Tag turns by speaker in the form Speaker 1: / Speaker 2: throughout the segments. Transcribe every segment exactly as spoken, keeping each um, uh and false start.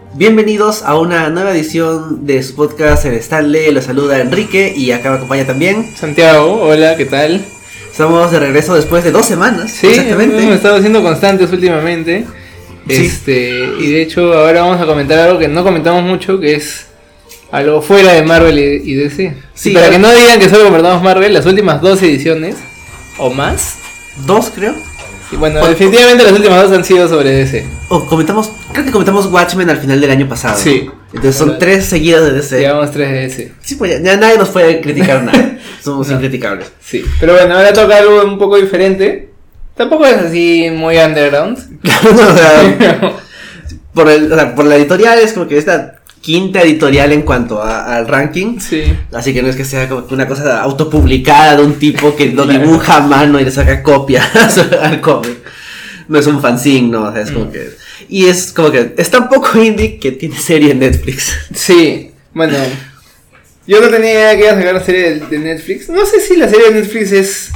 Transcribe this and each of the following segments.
Speaker 1: Bienvenidos a una nueva edición de su podcast El Stanley. Los saluda Enrique y acá me acompaña también
Speaker 2: Santiago. Hola, ¿qué tal?
Speaker 1: Estamos de regreso después de dos semanas.
Speaker 2: Sí, exactamente. Hemos estado siendo constantes últimamente. Sí. Este, y de hecho ahora vamos a comentar algo que no comentamos mucho, que es algo fuera de Marvel y, y D C. Sí, y para que no digan que solo comentamos Marvel, las últimas dos ediciones o más.
Speaker 1: Dos, creo.
Speaker 2: Y bueno, o, definitivamente o, las últimas dos han sido sobre D C.
Speaker 1: O comentamos, creo que comentamos Watchmen al final del año pasado.
Speaker 2: Sí.
Speaker 1: Entonces son bueno, tres seguidas de D C.
Speaker 2: Llevamos tres de D C.
Speaker 1: Sí, pues ya, ya nadie nos puede criticar nada. Somos no. incriticables.
Speaker 2: Sí. Pero bueno, ahora toca algo un poco diferente. Tampoco es así muy underground.
Speaker 1: no, o sea, por, el, o sea, por la editorial es como que esta quinta editorial en cuanto a, al ranking.
Speaker 2: Sí.
Speaker 1: Así que no es que sea como una cosa autopublicada de un tipo que lo claro. dibuja a mano y le saca copia al cómic. No es un fanzine, no, o sea, es como mm. que... Y es como que es tan poco indie que tiene serie en Netflix.
Speaker 2: Sí, bueno... Yo no tenía idea que iba a sacar la serie de, de Netflix. No sé si la serie de Netflix es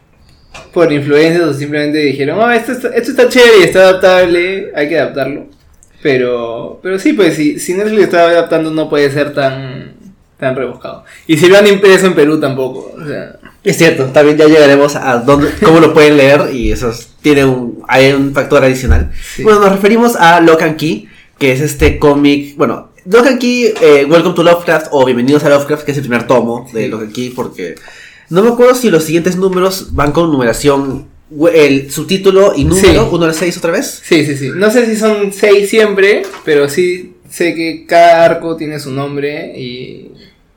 Speaker 2: por influencias o simplemente dijeron, oh, esto, esto, esto está chévere y está adaptable, hay que adaptarlo. Pero pero sí, pues si, si Netflix está adaptando no puede ser tan tan rebuscado. Y si lo han impreso en Perú tampoco, o sea...
Speaker 1: Es cierto, también ya llegaremos a dónde, cómo lo pueden leer y eso tiene un, hay un factor adicional. Sí. Bueno, nos referimos a Lock and Key, que es este cómic, bueno, Lock and Key, eh, Welcome to Lovecraft o Bienvenidos a Lovecraft, que es el primer tomo de sí. Lock and Key, porque no me acuerdo si los siguientes números van con numeración, el subtítulo y número, sí. uno al seis otra vez.
Speaker 2: Sí, sí, sí. No sé si son seis siempre, pero sí sé que cada arco tiene su nombre y...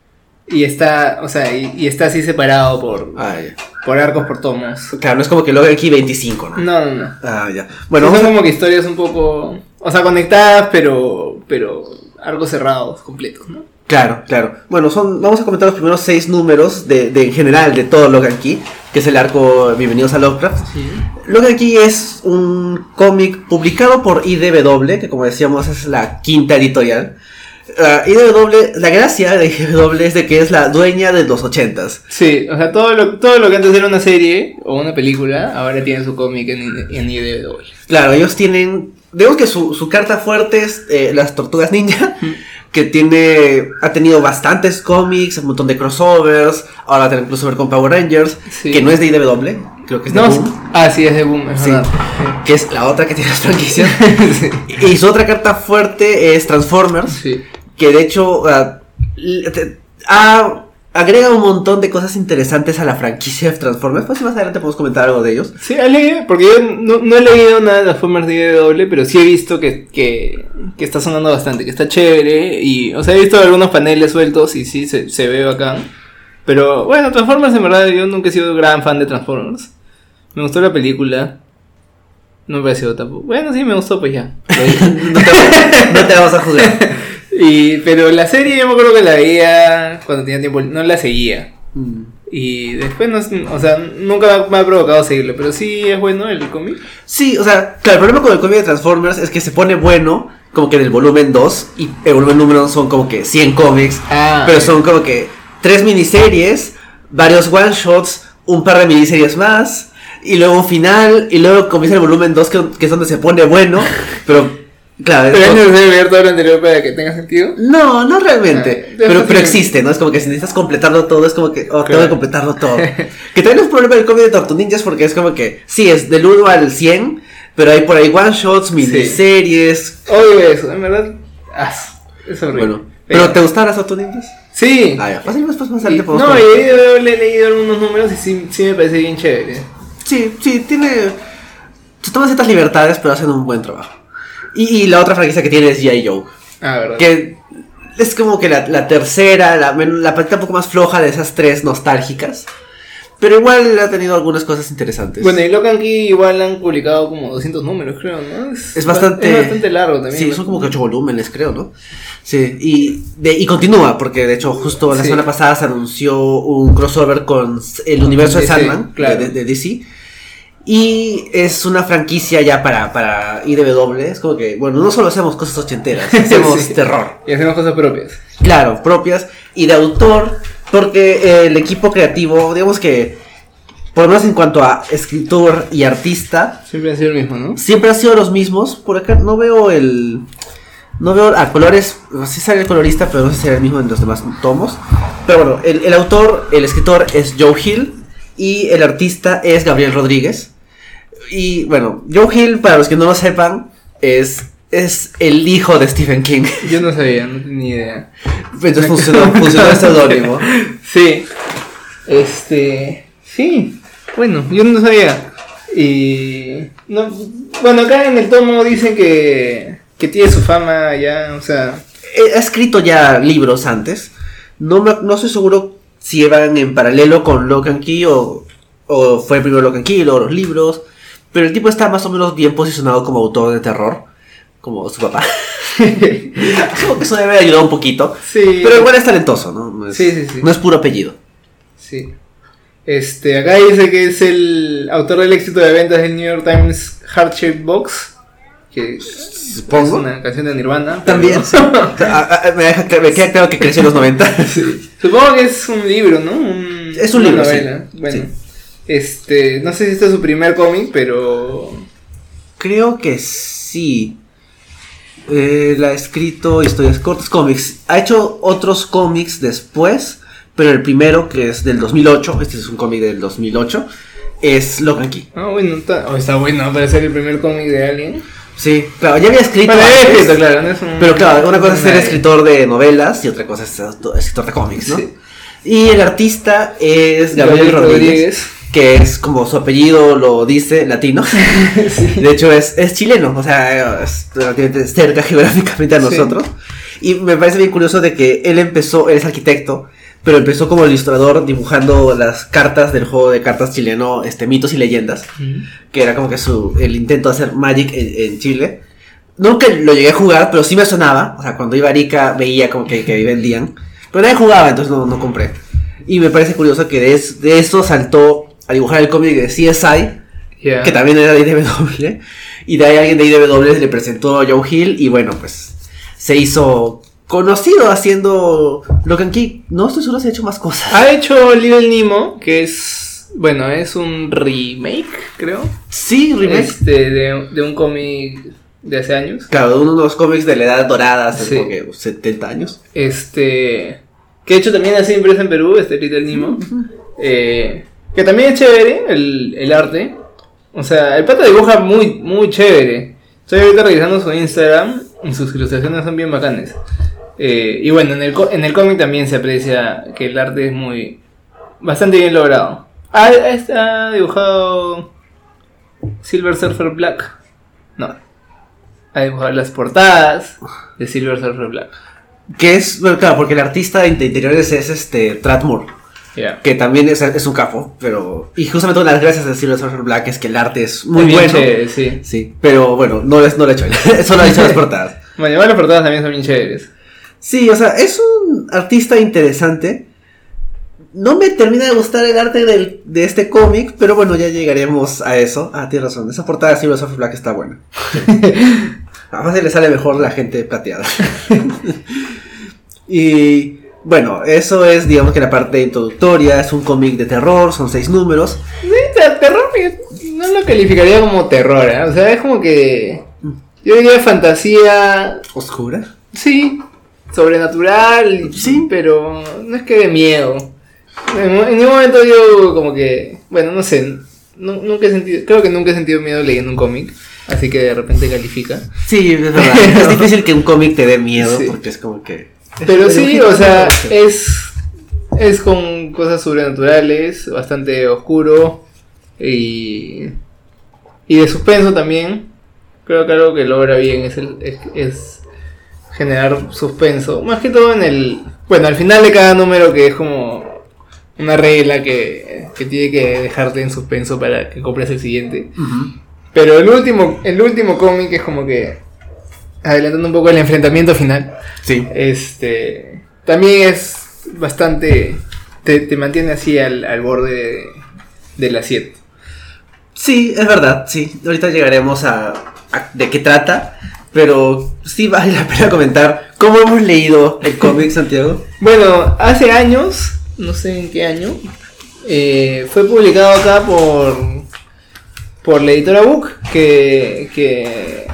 Speaker 2: Y está, o sea, y, y está así separado por, ah, por arcos, por tomos.
Speaker 1: Claro, no es como que Lock and Key veinticinco, ¿no?
Speaker 2: No, no, no.
Speaker 1: Ah, ya. Bueno,
Speaker 2: sí, son
Speaker 1: a...
Speaker 2: como que historias un poco, o sea, conectadas, pero pero arcos cerrados, completos, ¿no?
Speaker 1: Claro, claro. Bueno, son vamos a comentar los primeros seis números de, de en general de todo Lock and Key, que es el arco Bienvenidos a Lovecraft. Sí. Lock and Key es un cómic publicado por I D W, que como decíamos es la quinta editorial. Uh, I D W, la gracia de I D W es de que es la dueña de los ochentas.
Speaker 2: Sí, o sea, todo lo, todo lo que antes era una serie o una película, ahora tiene su cómic en, en I D W.
Speaker 1: Claro, ellos tienen, digamos que su, su carta fuerte es eh, las Tortugas Ninja, mm. que tiene, ha tenido bastantes cómics, un montón de crossovers, ahora tiene un crossover con Power Rangers, sí. que no es de I D W, creo que es de
Speaker 2: no,
Speaker 1: Boom.
Speaker 2: Ah, sí, es de Boom, es
Speaker 1: sí,
Speaker 2: verdad.
Speaker 1: Que es la otra que tiene las franquicias. sí. Y su otra carta fuerte es Transformers.
Speaker 2: Sí.
Speaker 1: Que de hecho uh, uh, agrega un montón de cosas interesantes a la franquicia de Transformers. Pues más adelante podemos comentar algo de ellos.
Speaker 2: Sí, leído, porque yo no, no he leído nada de Transformers de I D W, pero sí he visto que, que, que está sonando bastante, que está chévere. Y, o sea, he visto algunos paneles sueltos y sí, se, se ve bacán. Pero bueno, Transformers en verdad yo nunca he sido gran fan de Transformers. Me gustó la película. No me pareció tampoco. Bueno, sí, me gustó, pues ya.
Speaker 1: no, te, no te vamos a juzgar.
Speaker 2: Y, pero la serie yo me acuerdo que la veía cuando tenía tiempo, no la seguía. Mm. Y después, no, o sea, nunca me ha provocado seguirlo, pero sí es bueno el cómic.
Speaker 1: Sí, o sea, claro, el problema con el cómic de Transformers es que se pone bueno como que en el volumen dos y el volumen número son como que cien cómics, ah, pero son como que tres miniseries, varios one shots, un par de miniseries más y luego un final y luego comienza el volumen dos que, que es donde se pone bueno, pero... Claro,
Speaker 2: ¿pero es necesario ver todo lo anterior para que tenga sentido?
Speaker 1: No, no realmente. Ah, pero, pero existe, ¿no? Es como que si necesitas completarlo todo, es como que, oh, claro. tengo que completarlo todo. Que también es un problema del cómic de Tortugas Ninjas porque es como que, sí, es del uno al cien, pero hay por ahí one shots, miniseries.
Speaker 2: Sí. Odio eso, en verdad. Ah, es horrible.
Speaker 1: Bueno, ¿pero, ¿pero te gustaron las Tortugas Ninjas?
Speaker 2: Sí.
Speaker 1: Ah, ya, fácil, después más adelante
Speaker 2: podemos. No, yo he leído algunos números y sí, sí me parece bien chévere.
Speaker 1: Sí, sí, tiene. Se toman ciertas libertades, pero hacen un buen trabajo. Y, y la otra franquicia que tiene es G I Joe.
Speaker 2: Ah, verdad.
Speaker 1: Que es como que la, la tercera, la, la parte un poco más floja de esas tres nostálgicas. Pero igual ha tenido algunas cosas interesantes.
Speaker 2: Bueno, y Lock and Key igual han publicado como doscientos números, creo, ¿no? Es,
Speaker 1: es bastante...
Speaker 2: Es bastante largo también.
Speaker 1: Sí, son como que ocho volúmenes, creo, ¿no? Sí, y, de, y continúa, porque de hecho justo la sí. semana pasada se anunció un crossover con el universo de Sandman, claro. de, de, de D C. Y es una franquicia ya para, para I D W. Es como que, bueno, no solo hacemos cosas ochenteras, hacemos sí. terror.
Speaker 2: Y hacemos cosas propias.
Speaker 1: Claro, propias. Y de autor, porque eh, el equipo creativo, digamos que, por lo menos en cuanto a escritor y artista,
Speaker 2: siempre han sido el mismo, ¿no?
Speaker 1: Siempre han sido los mismos. Por acá no veo el... No veo a colores, sí sale el colorista, pero no sé si será el mismo en los demás tomos. Pero bueno, el, el autor, el escritor es Joe Hill y el artista es Gabriel Rodríguez. Y bueno, Joe Hill, para los que no lo sepan, es, es el hijo de Stephen King.
Speaker 2: Yo no sabía, no tenía idea.
Speaker 1: Entonces funcionó, funcionó el seudónimo.
Speaker 2: Sí, este, sí, bueno, yo no sabía. Y no, bueno, acá en el tomo dicen que, que tiene su fama ya, o sea...
Speaker 1: Ha escrito ya libros antes. No, me, no estoy seguro si iban en paralelo con Lock and Key o, o fue primero Lock and Key, luego los libros. Pero el tipo está más o menos bien posicionado como autor de terror, como su papá. Como que eso debe ayudar un poquito.
Speaker 2: Sí.
Speaker 1: Pero igual es talentoso, ¿no? No es,
Speaker 2: sí, sí, sí.
Speaker 1: No es puro apellido.
Speaker 2: Sí. Este, acá dice que es el autor del éxito de ventas del New York Times Heart Shaped Box, que
Speaker 1: supongo
Speaker 2: es una canción de Nirvana.
Speaker 1: También. Sí. a, a, me, deja, me queda claro que creció en los noventa.
Speaker 2: Sí. Supongo que es un libro, ¿no? Un,
Speaker 1: es un libro,
Speaker 2: novela.
Speaker 1: Sí.
Speaker 2: Bueno,
Speaker 1: sí.
Speaker 2: este, no sé si este es su primer cómic, pero
Speaker 1: creo que sí. Eh, la ha escrito historias cortas, cómics. Ha hecho otros cómics después. Pero el primero, que es del dos mil ocho, este es un cómic del dos mil ocho, es Lock and Key.
Speaker 2: Ah, bueno, está, oh, está bueno para ser el primer cómic de alguien.
Speaker 1: Sí, claro, ya había escrito.
Speaker 2: Bueno,
Speaker 1: antes,
Speaker 2: había escrito, claro. No es un,
Speaker 1: pero claro, una cosa es ser
Speaker 2: nadie.
Speaker 1: escritor de novelas y otra cosa es ser escritor de cómics, ¿no? Sí. Y el artista es Gabriel, Gabriel Rodríguez, Rodríguez, que es como su apellido lo dice, latino. Sí. De hecho es, es chileno, o sea, es relativamente cerca geográficamente a nosotros. Sí. Y me parece bien curioso de que él empezó, él es arquitecto, pero empezó como ilustrador dibujando las cartas del juego de cartas chileno, este, Mitos y Leyendas, mm. que era como que su el intento de hacer Magic en, en Chile. Nunca lo llegué a jugar, pero sí me sonaba, o sea, cuando iba a Arica veía como que, que vendían, pero nadie jugaba, entonces no, no compré. Y me parece curioso que de, es, de eso saltó a dibujar el cómic de C S I, yeah. que también era de I D W, y de ahí alguien de I D W le presentó a Joe Hill, y bueno, pues se hizo... conocido haciendo Lock and Key. No estoy seguro si ha hecho más cosas.
Speaker 2: Ha hecho Little Nemo, que es... bueno, es un remake, creo.
Speaker 1: Sí, remake.
Speaker 2: Este, de, de un cómic de hace años.
Speaker 1: Claro, uno de los cómics de la edad dorada, hace sí. como que setenta años.
Speaker 2: Este... que de hecho también ha sido impreso en Perú, este Little Nemo. Uh-huh. eh, que también es chévere el, el arte. O sea, el pata dibuja muy, muy chévere. Estoy ahorita revisando su Instagram y sus ilustraciones son bien bacanes. Eh, y bueno, en el, en el cómic también se aprecia que el arte es muy... bastante bien logrado. Ah, ha dibujado Silver Surfer Black. No. Ha dibujado las portadas de Silver Surfer Black.
Speaker 1: Que es, bueno, claro, porque el artista de interiores es este Tratt Moore. Yeah. Que también es, es un capo, pero... y justamente una de las gracias de Silver Surfer Black es que el arte es muy es bueno.
Speaker 2: Chévere, sí.
Speaker 1: Sí, pero bueno, no, no lo he hecho él. Solo ha hecho las portadas.
Speaker 2: Bueno, igual las portadas también son bien chéveres.
Speaker 1: Sí, o sea, es un artista interesante. No me termina de gustar el arte del, de este cómic, pero bueno, ya llegaremos a eso. Ah, tienes razón, esa portada de Silver Surfer Black está buena. Además se le sale mejor la gente plateada. Y bueno, eso es, digamos que la parte introductoria. Es un cómic de terror, son seis números.
Speaker 2: Sí, terror no lo calificaría como terror, ¿eh? O sea, es como que... yo diría fantasía...
Speaker 1: ¿oscura?
Speaker 2: Sí, sobrenatural, sí, pero no es que de miedo. En, en ningún momento yo como que... bueno, no sé, no, nunca he sentido... creo que nunca he sentido miedo leyendo un cómic. Así que de repente califica.
Speaker 1: Sí, es verdad. Es difícil que un cómic te dé miedo, sí. Porque es como que...
Speaker 2: pero sí, o sea, es... es con cosas sobrenaturales, bastante oscuro. Y... y de suspenso también. Creo que algo que logra bien es, el, es, es generar suspenso. Más que todo en el... bueno, al final de cada número, que es como una regla que, que tiene que dejarte en suspenso para que compres el siguiente. Uh-huh. Pero el último el último cómic es como que... adelantando un poco el enfrentamiento final.
Speaker 1: Sí.
Speaker 2: Este... también es bastante... te, te mantiene así al, al borde de, del asiento.
Speaker 1: Sí, es verdad, sí. Ahorita llegaremos a... de qué trata, pero sí vale la pena comentar cómo hemos leído el cómic, Santiago.
Speaker 2: Bueno, hace años, no sé en qué año, eh, fue publicado acá por por la editora Book, que, que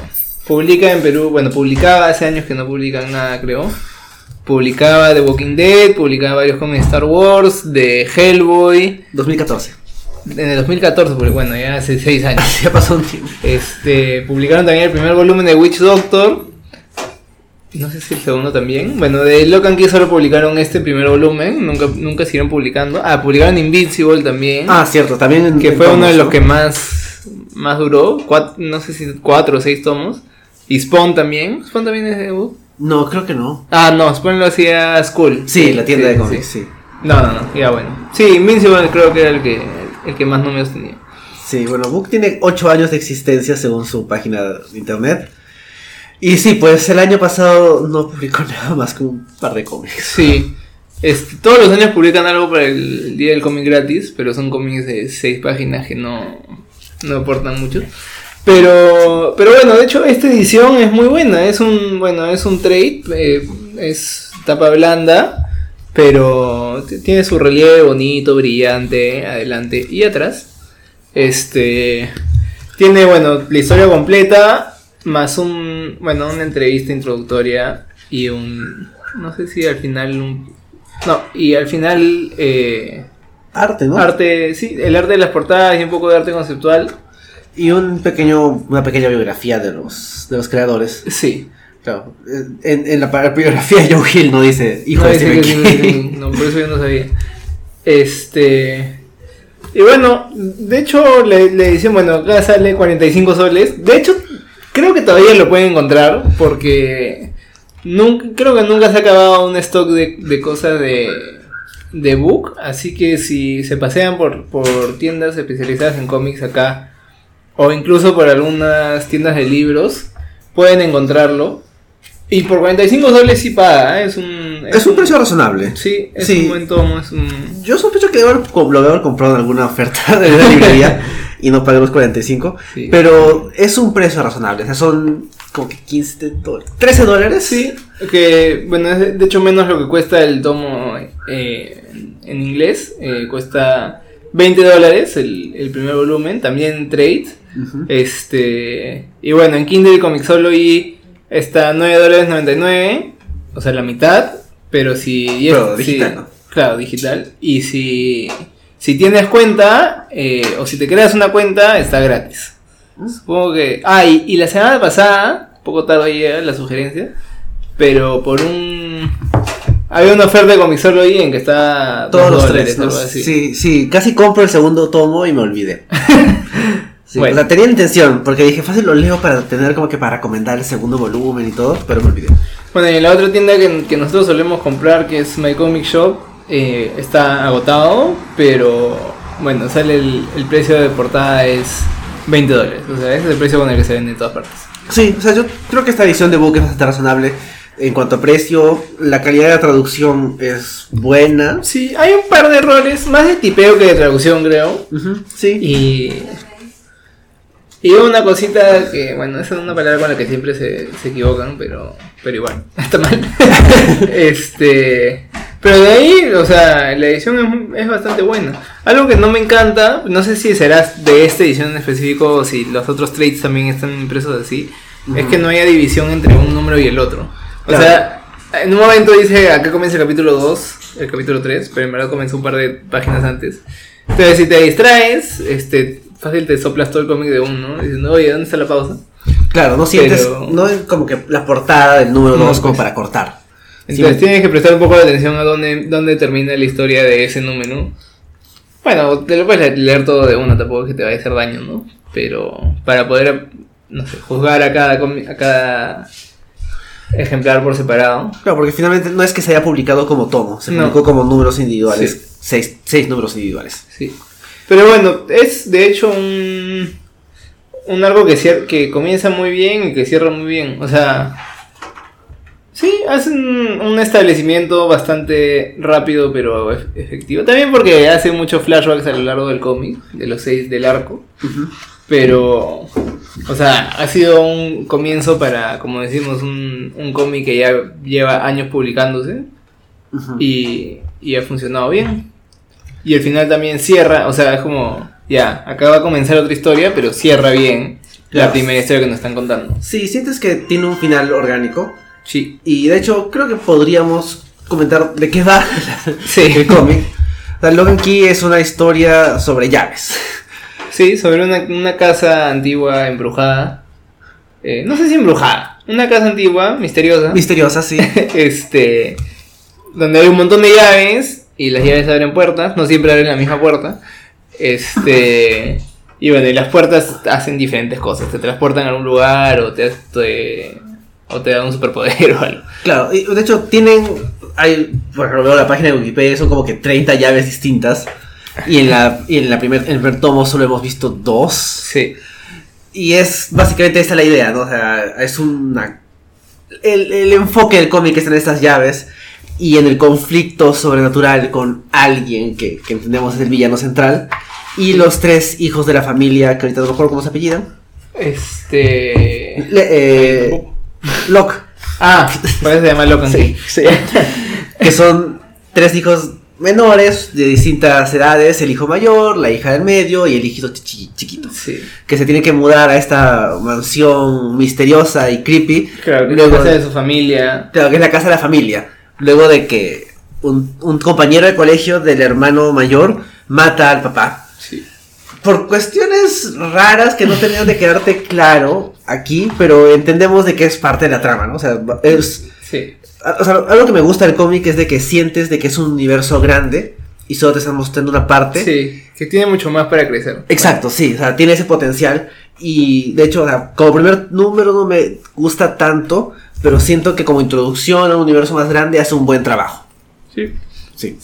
Speaker 2: publica en Perú, bueno, publicaba hace años que no publican nada, creo. Publicaba The Walking Dead, publicaba varios cómics de Star Wars, de Hellboy.
Speaker 1: dos mil catorce.
Speaker 2: En el dos mil catorce, porque bueno, ya hace seis años.
Speaker 1: Ya pasó un tiempo.
Speaker 2: Este, publicaron también el primer volumen de Witch Doctor. No sé si el segundo también. Bueno, de Lock and Key solo publicaron este primer volumen. Nunca, nunca siguieron publicando. Ah, publicaron Invincible también.
Speaker 1: Ah, cierto, también. En,
Speaker 2: que
Speaker 1: en
Speaker 2: fue
Speaker 1: tomos,
Speaker 2: uno de los
Speaker 1: ¿no?
Speaker 2: que más, más duró. Cuatro, no sé si cuatro o seis tomos. Y Spawn también. ¿Spawn también es de Book?
Speaker 1: No, creo que no.
Speaker 2: Ah, no, Spawn lo hacía Skull.
Speaker 1: Sí, la tienda de cómics, sí.
Speaker 2: sí. No, no, no, ya bueno. Sí, Invincible creo que era el que, el que más números tenía.
Speaker 1: Sí, bueno, Book tiene ocho años de existencia según su página de internet. Y sí, pues el año pasado no publicó nada más que un par de cómics.
Speaker 2: Sí, este, todos los años publican algo para el día del cómic gratis, pero son cómics de seis páginas que no, no aportan mucho. Pero, pero bueno, de hecho esta edición es muy buena, es un, bueno, es un trade, eh, es tapa blanda, pero t- tiene su relieve bonito, brillante, adelante y atrás. Este, tiene, bueno, la historia completa. Más un, bueno, una entrevista introductoria y un, no sé si al final, un, no, y al final, eh,
Speaker 1: Arte, ¿no?
Speaker 2: arte, sí, el arte de las portadas y un poco de arte conceptual.
Speaker 1: Y un pequeño, una pequeña biografía de los, de los creadores.
Speaker 2: Sí.
Speaker 1: Claro, en, en la biografía Joe Hill no dice hijo
Speaker 2: No,
Speaker 1: de
Speaker 2: dice
Speaker 1: Stephen
Speaker 2: que
Speaker 1: King.
Speaker 2: sí, no, por eso yo no sabía. Este, y bueno, de hecho, la, la edición, bueno, acá sale cuarenta y cinco soles. De hecho, creo que todavía lo pueden encontrar porque nunca, creo que nunca se ha acabado un stock de, de cosas de, de book. Así que si se pasean por, por tiendas especializadas en cómics acá o incluso por algunas tiendas de libros, pueden encontrarlo. Y por cuarenta y cinco soles sí paga, ¿eh? es un...
Speaker 1: Es, es un, un precio razonable.
Speaker 2: Sí, es
Speaker 1: sí.
Speaker 2: un buen tomo, es un...
Speaker 1: Yo sospecho que debo haber, lo debo haber comprado en alguna oferta de la librería y no pagué los cuarenta y cinco, sí. Pero es un precio razonable, o sea, son como que quince dólares, trece dólares.
Speaker 2: Sí, que bueno, es de hecho menos lo que cuesta el tomo eh, en inglés, eh, cuesta veinte dólares el, el primer volumen, también trade, uh-huh. este y bueno, en Kindle Comixology está nueve dólares noventa y nueve, o sea, la mitad, pero si... Y
Speaker 1: pero
Speaker 2: es,
Speaker 1: digital,
Speaker 2: si,
Speaker 1: ¿no?
Speaker 2: Claro, digital, y si... Si tienes cuenta, eh, o si te creas una cuenta, está gratis. Supongo que... Ah, y, y la semana pasada, un poco tarde llega la sugerencia, pero por un... Había una oferta de Comixology en que está...
Speaker 1: Todos los tres, ¿no? Sí, sí, casi compro el segundo tomo y me olvidé. Sí, bueno. O sea, tenía la intención, porque dije, fácil lo leo para tener como que para recomendar el segundo volumen y todo, pero me olvidé.
Speaker 2: Bueno, y en la otra tienda que, que nosotros solemos comprar, que es My Comic Shop, Eh, está agotado, pero bueno, sale el, el precio de portada es veinte dólares, o sea, ese es el precio con el que se vende en todas partes.
Speaker 1: Sí, o sea, yo creo que esta edición de Book es bastante razonable en cuanto a precio, la calidad de la traducción es buena.
Speaker 2: Sí, hay un par de errores, más de tipeo que de traducción, creo.
Speaker 1: Uh-huh, sí.
Speaker 2: Y y una cosita que, bueno, esa es una palabra con la que siempre se, se equivocan, pero pero igual, está mal. este... Pero de ahí, o sea, la edición es, es bastante buena. Algo que no me encanta, no sé si será de esta edición en específico o si los otros trades también están impresos así, uh-huh. es que no haya división entre un número y el otro. O claro. sea, en un momento dice, acá comienza el capítulo dos, el capítulo tres, pero en verdad comenzó un par de páginas antes. Entonces, si te distraes, este, fácil te soplas todo el cómic de uno, diciendo, oye, ¿dónde está la pausa?
Speaker 1: Claro, no sientes, pero... no es como que la portada del número dos no, como pues, para cortar.
Speaker 2: Entonces sí, tienes que prestar un poco de atención a dónde, dónde termina la historia de ese número. Bueno, te lo puedes leer todo de una, tampoco es que te vaya a hacer daño, ¿no? Pero para poder, no sé, juzgar a cada, a cada ejemplar por separado.
Speaker 1: Claro, porque finalmente no es que se haya publicado como tomo, se publicó no. como números individuales, sí. seis, seis números individuales.
Speaker 2: Sí. Pero bueno, es de hecho un, un arco que, cier- que comienza muy bien y que cierra muy bien, o sea... Sí, hacen un establecimiento bastante rápido pero efectivo. También porque hace muchos flashbacks a lo largo del cómic, de los seis del arco. Uh-huh. Pero, o sea, ha sido un comienzo para, como decimos, un, un cómic que ya lleva años publicándose. Uh-huh. y, y ha funcionado bien. Y al final también cierra, o sea, es como, ya, acá va a comenzar otra historia, pero cierra bien. la primera historia que nos están contando.
Speaker 1: Sí, sientes que tiene un final orgánico.
Speaker 2: Sí.
Speaker 1: Y de hecho, creo que podríamos comentar de qué va
Speaker 2: sí.
Speaker 1: el cómic. O sea, Lock and Key es una historia sobre llaves.
Speaker 2: Sí, sobre una, una casa antigua embrujada. Eh, no sé si embrujada. Una casa antigua, misteriosa.
Speaker 1: Misteriosa, sí.
Speaker 2: este. Donde hay un montón de llaves. Y las llaves abren puertas. No siempre abren la misma puerta. Este. Y bueno, y las puertas hacen diferentes cosas. Te transportan a algún lugar. O te, te o te dan un superpoder o algo.
Speaker 1: Claro, y de hecho tienen. Hay. Bueno, veo la página de Wikipedia. Son como que treinta llaves distintas. Y en la, y en la primer, en el primer tomo solo hemos visto dos.
Speaker 2: Sí.
Speaker 1: Y es básicamente esta la idea, ¿no? O sea, es una... El, el enfoque del cómic está en estas llaves y en el conflicto sobrenatural con alguien que, que entendemos es el villano central. Y los tres hijos de la familia, que ahorita no me acuerdo cómo se apellidan.
Speaker 2: Este...
Speaker 1: Le, eh, Locke.
Speaker 2: Ah, por eso se llama Lock and Key.
Speaker 1: Sí, sí. Que son tres hijos menores de distintas edades, el hijo mayor, la hija del medio y el hijito chi- chiquito.
Speaker 2: Sí.
Speaker 1: Que se tienen que mudar a esta mansión misteriosa y creepy.
Speaker 2: Claro, que
Speaker 1: luego,
Speaker 2: es la casa de su familia.
Speaker 1: Claro, que es la casa de la familia. Luego de que un, un compañero de colegio del hermano mayor mata al papá.
Speaker 2: Sí.
Speaker 1: Por cuestiones raras que no tenían de quedarte claro aquí, pero entendemos de que es parte de la trama, ¿no? O sea, es...
Speaker 2: Sí.
Speaker 1: O sea, algo que me gusta del cómic es de que sientes de que es un universo grande y solo te están mostrando una parte.
Speaker 2: Sí, que tiene mucho más para crecer.
Speaker 1: Exacto, sí, o sea, tiene ese potencial y de hecho, o sea, como primer número no me gusta tanto, pero siento que como introducción a un universo más grande hace un buen trabajo.
Speaker 2: Sí.
Speaker 1: Sí.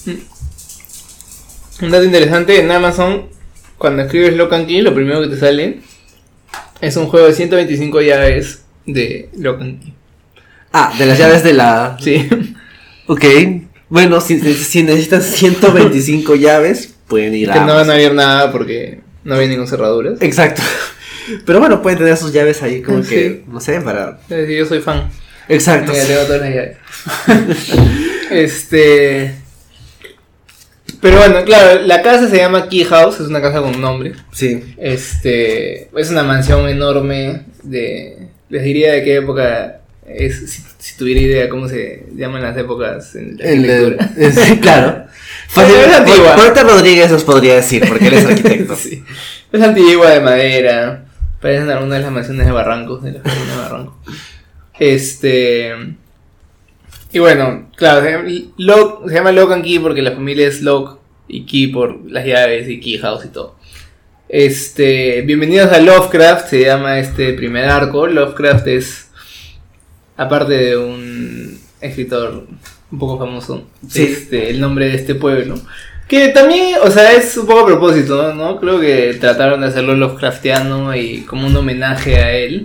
Speaker 2: Un dato interesante, en Amazon, cuando escribes Lock and Key, lo primero que te sale es un juego de ciento veinticinco llaves de Lock and Key.
Speaker 1: Ah, de las llaves de la...
Speaker 2: Sí.
Speaker 1: Ok. Bueno, si, si necesitan ciento veinticinco llaves, pueden ir a...
Speaker 2: Que no van a abrir nada porque no vienen con cerraduras.
Speaker 1: Exacto. Pero bueno, pueden tener sus llaves ahí como
Speaker 2: Sí.
Speaker 1: que, no sé, para...
Speaker 2: Es decir, yo soy fan.
Speaker 1: Exacto.
Speaker 2: Mira, tengo todas las llaves. este... Pero bueno, claro, la casa se llama Key House, es una casa con un nombre.
Speaker 1: Sí.
Speaker 2: Este... Es una mansión enorme de... Les diría de qué época... Es, si, si tuviera idea cómo se llaman las épocas en la arquitectura.
Speaker 1: El, el, sí, claro. Fácil,
Speaker 2: es antigua.
Speaker 1: Porter Rodríguez os podría decir, porque él es arquitecto.
Speaker 2: Sí. Es antigua, de madera. Parecen algunas de las mansiones de Barrancos, de las mansiones de Barranco. Este... Y bueno, claro, se llama, Lock, se llama Lock and Key porque la familia es Lock y Key por las llaves y Key House y todo. Este... Bienvenidos a Lovecraft, se llama este primer arco. Lovecraft es... Aparte de un escritor un poco famoso,
Speaker 1: sí.
Speaker 2: este, el nombre de este pueblo. Que también, o sea, es un poco a propósito, ¿no? Creo que trataron de hacerlo Lovecraftiano y como un homenaje a él.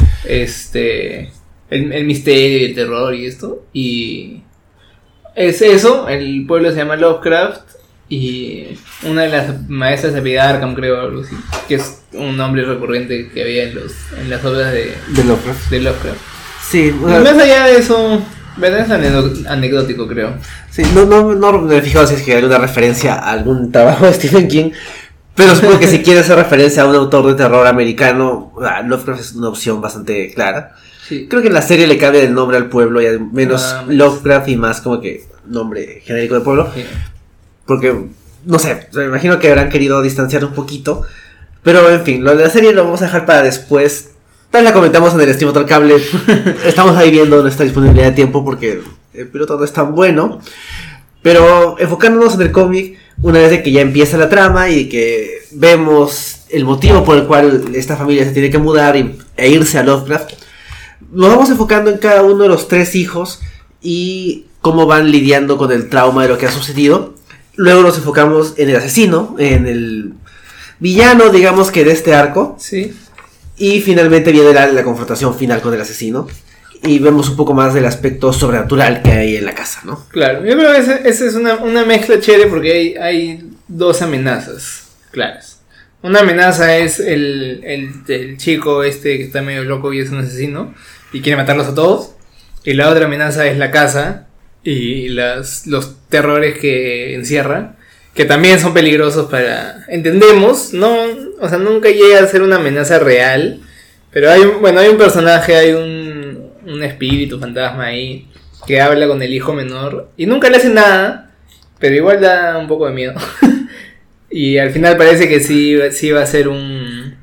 Speaker 2: Este, el, el misterio y el terror y esto. Y es eso, el pueblo se llama Lovecraft. Y una de las maestras de vida Arkham, creo, algo así, que es un nombre recurrente que había en, los, en las obras de,
Speaker 1: de Lovecraft.
Speaker 2: De Lovecraft.
Speaker 1: Sí,
Speaker 2: o sea, más allá de eso, ¿verdad? Es anecdótico, creo.
Speaker 1: Sí, no, no, no me he fijado si es que hay alguna referencia a algún trabajo de Stephen King, pero supongo que si quiere hacer referencia a un autor de terror americano, Lovecraft es una opción bastante clara.
Speaker 2: Sí.
Speaker 1: Creo que en la serie le cambia el nombre al pueblo y al menos
Speaker 2: Ah,
Speaker 1: Lovecraft y más como que nombre genérico de pueblo.
Speaker 2: Sí.
Speaker 1: Porque, no sé, me imagino que habrán querido distanciar un poquito, pero en fin, lo de la serie lo vamos a dejar para después. Tal la comentamos en el Steam Otro Cable. Estamos ahí viendo nuestra disponibilidad de tiempo porque el piloto no es tan bueno. Pero enfocándonos en el cómic, una vez de que ya empieza la trama y que vemos el motivo por el cual esta familia se tiene que mudar y, e irse a Lovecraft, nos vamos enfocando en cada uno de los tres hijos y cómo van lidiando con el trauma de lo que ha sucedido. Luego nos enfocamos en el asesino, en el villano, digamos que de este arco.
Speaker 2: Sí.
Speaker 1: Y finalmente viene la, la confrontación final con el asesino. Y vemos un poco más del aspecto sobrenatural que hay en la casa, ¿no?
Speaker 2: Claro, yo creo que esa, esa es una, una mezcla chévere porque hay, hay dos amenazas claras. Una amenaza es el, el, el chico este que está medio loco y es un asesino y quiere matarlos a todos. Y la otra amenaza es la casa y las, los terrores que encierra, que también son peligrosos para... Entendemos, no, o sea, nunca llega a ser una amenaza real, Pero hay un, bueno, hay un personaje, hay un, un espíritu fantasma ahí que habla con el hijo menor y nunca le hace nada, pero igual da un poco de miedo. Y al final parece que sí, sí va a ser un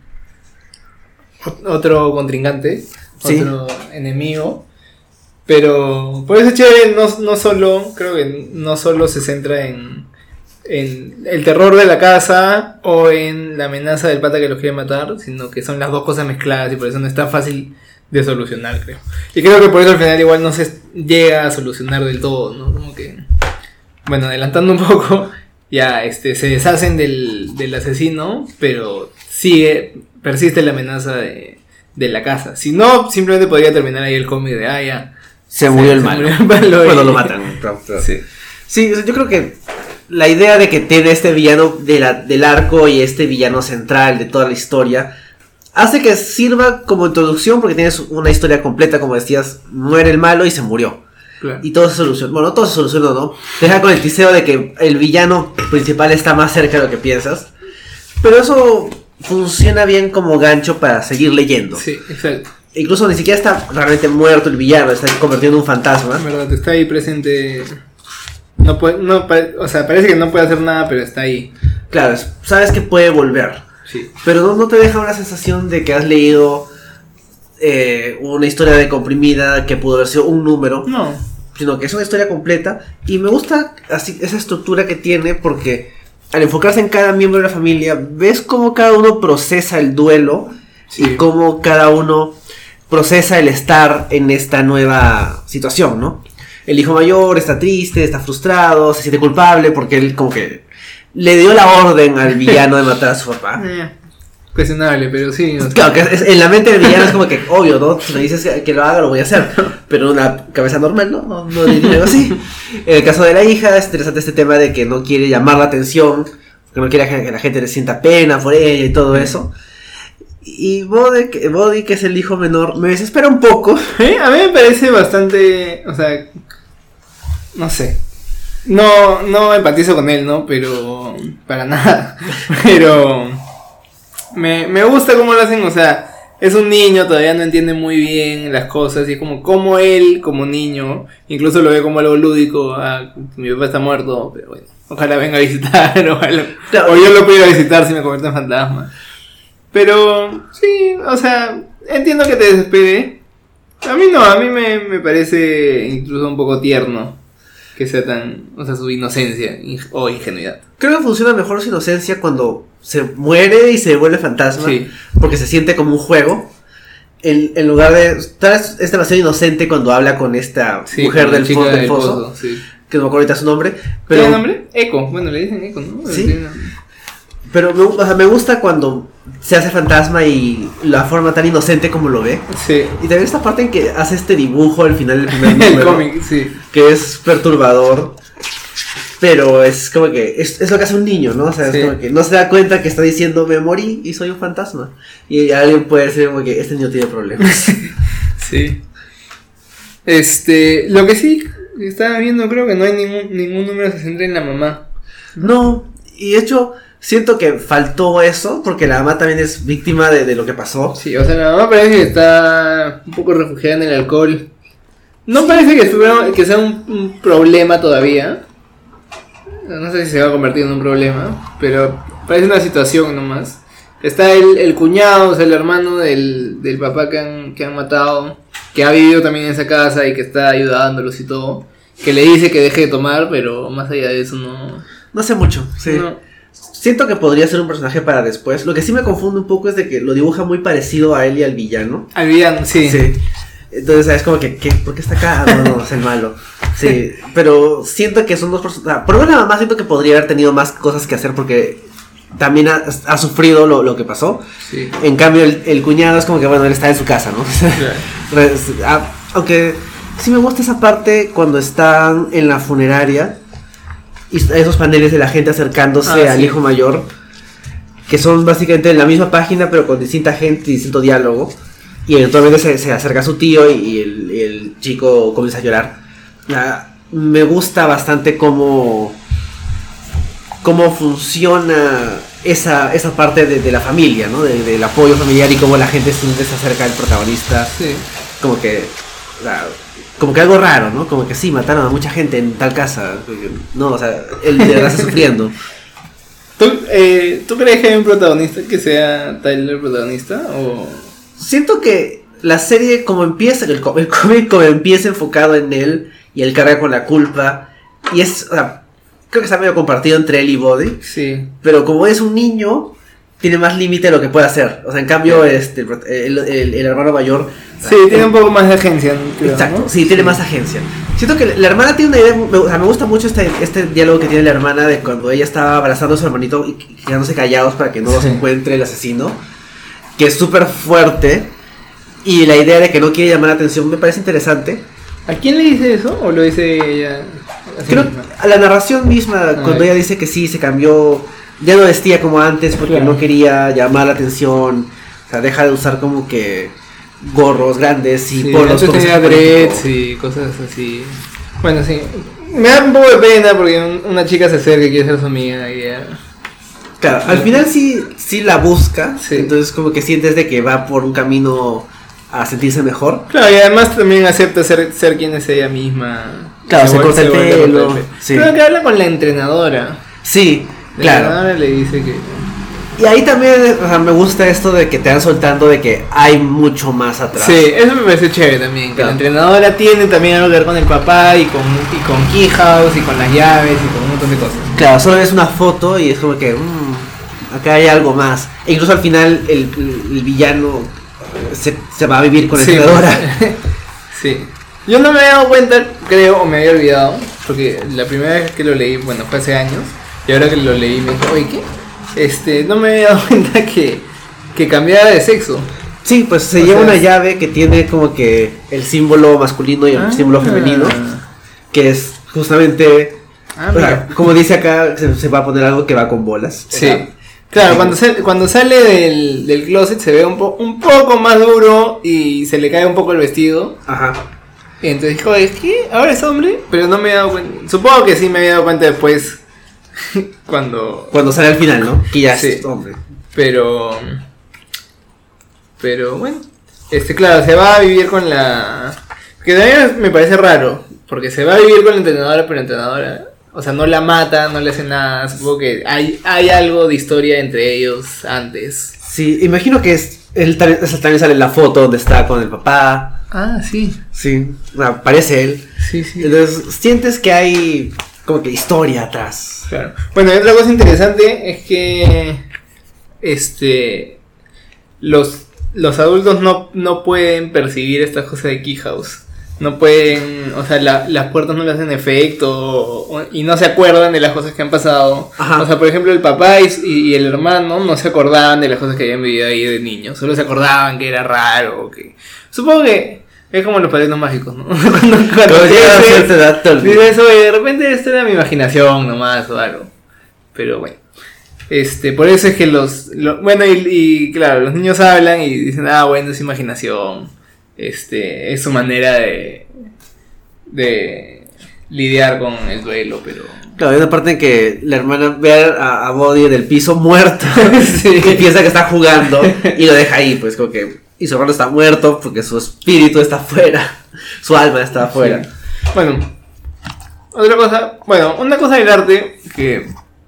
Speaker 2: otro contrincante,
Speaker 1: sí.
Speaker 2: otro enemigo. Pero por eso chévere, no, no solo, creo que no solo se centra en, en el terror de la casa o en la amenaza del pata que los quiere matar, sino que son las dos cosas mezcladas y por eso no es tan fácil de solucionar, creo. Y creo que por eso al final igual no se llega a solucionar del todo, ¿no? Como que, bueno, adelantando un poco, ya este se deshacen del, del asesino, pero sigue, persiste la amenaza de, de la casa. Si no, simplemente podría terminar ahí el cómic de, ah, ya.
Speaker 1: Se murió el malo. Cuando lo matan.
Speaker 2: Sí.
Speaker 1: Sí, yo creo que la idea de que tiene este villano de la, del arco y este villano central de toda la historia hace que sirva como introducción porque tienes una historia completa, como decías, muere el malo y se murió.
Speaker 2: Claro.
Speaker 1: Y todo se solucionó. Bueno, todo se solucionó, ¿no? Deja con el tiseo de que el villano principal está más cerca de lo que piensas. Pero eso funciona bien como gancho para seguir leyendo.
Speaker 2: Sí, exacto.
Speaker 1: Incluso ni siquiera está realmente muerto el villano, está convertido en un fantasma.
Speaker 2: Es verdad, está ahí presente. No puede, no, o sea, parece que no puede hacer nada, pero está ahí.
Speaker 1: Claro, sabes que puede volver.
Speaker 2: Sí.
Speaker 1: Pero no, no te deja una sensación de que has leído eh, una historia de comprimida que pudo haber sido un número.
Speaker 2: No.
Speaker 1: Sino que es una historia completa. Y me gusta así esa estructura que tiene porque al enfocarse en cada miembro de la familia, ves cómo cada uno procesa el duelo. Sí. Y cómo cada uno procesa el estar en esta nueva situación, ¿no? El hijo mayor está triste, está frustrado, se siente culpable porque él como que le dio la orden al villano de matar a su papá.
Speaker 2: Eh, cuestionable, pero sí. O sea.
Speaker 1: Claro, que es, en la mente del villano es como que, obvio, ¿no? Si me dices que, que lo haga, lo voy a hacer. Pero en una cabeza normal, ¿no? No, no diría algo así. En el caso de la hija, es interesante este tema de que no quiere llamar la atención, que no quiere que la gente le sienta pena por ella y todo eso. Y Body, Body, que es el hijo menor, me desespera un poco.
Speaker 2: ¿Eh? A mí me parece bastante, o sea, no sé. No, no empatizo con él, ¿no? Pero, para nada. Pero, me, me gusta cómo lo hacen, o sea, es un niño, todavía no entiende muy bien las cosas. Y es como, como él, como niño, incluso lo ve como algo lúdico. Ah, mi papá está muerto, pero bueno, ojalá venga a visitar, ojalá, o yo lo pudiera visitar si me convierto en fantasma. Pero, sí, o sea, entiendo que te desespere. A mí no, a mí me, me parece incluso un poco tierno que sea tan, o sea, su inocencia o ingenuidad.
Speaker 1: Creo que funciona mejor su inocencia cuando se muere y se vuelve fantasma, sí. Porque se siente como un juego. En, en lugar de, tal vez es demasiado inocente cuando habla con esta sí, mujer con del, fo- del, del foso, pozo, sí. Que no me acuerdo ahorita su nombre. Pero,
Speaker 2: ¿Tiene nombre? Eco, bueno, le dicen Eco, ¿no?
Speaker 1: Sí. Pero me, o sea, me gusta cuando se hace fantasma y la forma tan inocente como lo ve.
Speaker 2: Sí.
Speaker 1: Y también esta parte en que hace este dibujo al final del primer número.
Speaker 2: El cómic, sí.
Speaker 1: Que es perturbador. Pero es como que es, es lo que hace un niño, ¿no? O sea, sí. Es como que no se da cuenta que está diciendo me morí y soy un fantasma. Y alguien puede decir como que este niño tiene problemas.
Speaker 2: Sí. Este, lo que sí estaba viendo, creo que no hay ningún, ningún número que se centre en la mamá.
Speaker 1: No, y de hecho siento que faltó eso, porque la mamá también es víctima de, de lo que pasó.
Speaker 2: Sí, o sea, la mamá parece que está un poco refugiada en el alcohol. No sí. Parece que, estuviera, que sea un, un problema todavía. No sé si se va a convertir en un problema, pero parece una situación nomás. Está el, el cuñado, o sea, el hermano del, del papá que han, que han matado, que ha vivido también en esa casa y que está ayudándolos y todo. Que le dice que deje de tomar, pero más allá de eso no...
Speaker 1: No sé mucho, sí. No. Siento que podría ser un personaje para después. Lo que sí me confunde un poco es de que lo dibuja muy parecido a él y al villano.
Speaker 2: Al villano, sí.
Speaker 1: Sí. Entonces es como que, ¿qué? ¿Por qué está acá? Ah, no, no, es el malo. Sí, pero siento que son dos personas. Por una mamá siento que podría haber tenido más cosas que hacer porque también ha, ha sufrido lo, lo que pasó.
Speaker 2: Sí.
Speaker 1: En cambio, el, el cuñado es como que, bueno, él está en su casa, ¿no? Yeah. Aunque sí me gusta esa parte cuando están en la funeraria y esos paneles de la gente acercándose ah, al sí. hijo mayor, que son básicamente la misma página pero con distinta gente y distinto diálogo. Y eventualmente se, se acerca a su tío y, y el, el chico comienza a llorar. Uh, me gusta bastante cómo, cómo funciona esa, esa parte de, de la familia, ¿no? De, del apoyo familiar y cómo la gente siempre se acerca al protagonista.
Speaker 2: Sí.
Speaker 1: Como que, o sea, como que algo raro, ¿no? Como que sí, mataron a mucha gente en tal casa. No, o sea, él de verdad está sufriendo.
Speaker 2: ¿Tú, eh, ¿Tú crees que hay un protagonista que sea Tyler el protagonista? O...
Speaker 1: Siento que la serie como empieza, el, el cómic como empieza enfocado en él y él carga con la culpa. Y es, o sea, creo que está medio compartido entre él y Body.
Speaker 2: Sí.
Speaker 1: Pero como es un niño, tiene más límite de lo que puede hacer. O sea, en cambio, este, el, el, el hermano mayor...
Speaker 2: Sí,
Speaker 1: el,
Speaker 2: tiene un poco más de agencia. Creo,
Speaker 1: exacto,
Speaker 2: ¿no?
Speaker 1: sí, tiene sí. más agencia. Siento que la hermana tiene una idea... Me, o sea, me gusta mucho este, este diálogo que tiene la hermana de cuando ella estaba abrazando a su hermanito y quedándose callados para que no los sí. encuentre el asesino. Que es súper fuerte. Y la idea de que no quiere llamar la atención me parece interesante.
Speaker 2: ¿A quién le dice eso? ¿O lo dice ella?
Speaker 1: Creo que a la narración misma, a cuando ver. ella dice que sí, se cambió, ya no vestía como antes porque claro. no quería llamar la atención, o sea, deja de usar como que gorros grandes y
Speaker 2: sí,
Speaker 1: polos.
Speaker 2: Antes tenía dreads y cosas así. Bueno, sí, me da un poco de pena porque un, una chica se acerca y quiere ser su amiga y ya...
Speaker 1: Claro, al final sí, sí la busca, sí. entonces como que sientes de que va por un camino a sentirse mejor.
Speaker 2: Claro, y además también acepta ser, ser quien es ella misma.
Speaker 1: Claro, se, se corta el pelo.
Speaker 2: Sí. Creo que habla con la entrenadora.
Speaker 1: Sí,
Speaker 2: la
Speaker 1: claro.
Speaker 2: La entrenadora le dice que...
Speaker 1: Y ahí también, o sea, me gusta esto de que te van soltando de que hay mucho más atrás.
Speaker 2: Sí, eso me parece chévere también. Que claro. la entrenadora tiene también algo que ver con el papá y con, y con Key House y con las llaves y con un montón de cosas.
Speaker 1: Claro, solo ves una foto y es como que... Mmm, acá hay algo más. E incluso al final el, el, el villano se, se va a vivir con la
Speaker 2: sí,
Speaker 1: entrenadora.
Speaker 2: Sí. Yo no me había dado cuenta, creo, o me había olvidado, porque la primera vez que lo leí, bueno, fue hace años, y ahora que lo leí me dije, oye, ¿qué? Este, no me había dado cuenta que, que cambiaba de sexo.
Speaker 1: Sí, pues se o lleva sea, una llave que tiene como que el símbolo masculino y el ah, símbolo femenino, que es justamente, ah, o sea, como dice acá, se, se va a poner algo que va con bolas.
Speaker 2: Sí. Sea, claro, cuando, se, cuando sale del, del closet se ve un, po, un poco más duro y se le cae un poco el vestido.
Speaker 1: Ajá.
Speaker 2: Y entonces dijo, ¿es que ahora es hombre? Pero no me he dado cuenta. Supongo que sí me había dado cuenta después. Cuando.
Speaker 1: Cuando sale al final, ¿no? Que ya
Speaker 2: sí,
Speaker 1: es hombre.
Speaker 2: Pero. Pero bueno. Este, claro, se va a vivir con la. Que también me parece raro. Porque se va a vivir con la entrenadora, pero la entrenadora. O sea, no la mata, no le hace nada. Supongo que hay, hay algo de historia entre ellos antes.
Speaker 1: Sí, imagino que es. Él también, también sale en la foto donde está con el papá.
Speaker 2: Ah, sí.
Speaker 1: Sí, aparece él.
Speaker 2: Sí, sí.
Speaker 1: Entonces, sientes que hay como que historia atrás.
Speaker 2: Claro. Bueno, y otra cosa interesante es que este los, los adultos no, no pueden percibir estas cosas de Key House. No pueden, o sea, la, las puertas no le hacen efecto o, y no se acuerdan de las cosas que han pasado. Ajá. O sea, por ejemplo, el papá y, y el hermano no se acordaban de las cosas que habían vivido ahí de niños. Solo se acordaban que era raro o que... Supongo que es como los padrinos mágicos, ¿no? cuando cuando llega a cierta edad, dice eso y de repente esto era mi imaginación nomás o algo. Pero bueno. Este, por eso es que los... Lo, bueno, y, y claro, los niños hablan y dicen, ah, bueno, es imaginación. Este, es su manera de... De lidiar con el duelo, pero...
Speaker 1: Claro, hay una parte en que la hermana ve a, a Body en el piso muerto. Sí. Y piensa que está jugando y lo deja ahí, pues como que... Y su hermano está muerto porque su espíritu está afuera. Su alma está afuera.
Speaker 2: Sí. Bueno, otra cosa... Bueno, una cosa del arte que...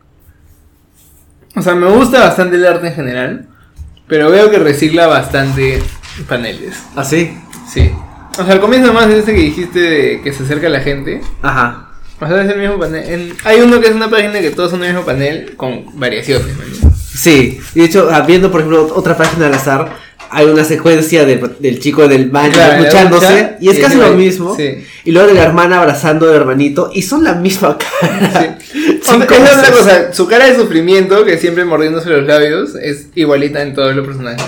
Speaker 2: O sea, me gusta bastante el arte en general, pero veo que recicla bastante paneles.
Speaker 1: ¿Ah, sí?
Speaker 2: Sí. O sea, al comienzo nomás es ese que dijiste de que se acerca a la gente.
Speaker 1: Ajá.
Speaker 2: O sea, es el mismo panel. En, hay uno que es una página que todos son el mismo panel con variaciones, ¿no?
Speaker 1: Sí. Y de hecho, viendo por ejemplo otra página al azar, hay una secuencia del, del chico del baño claro, escuchándose y es y casi lo mismo. Sí. Y luego de la hermana abrazando al hermanito y son la misma cara.
Speaker 2: Sí. Es otra cosa, su cara de sufrimiento, que siempre mordiéndose los labios, es igualita en todos los personajes.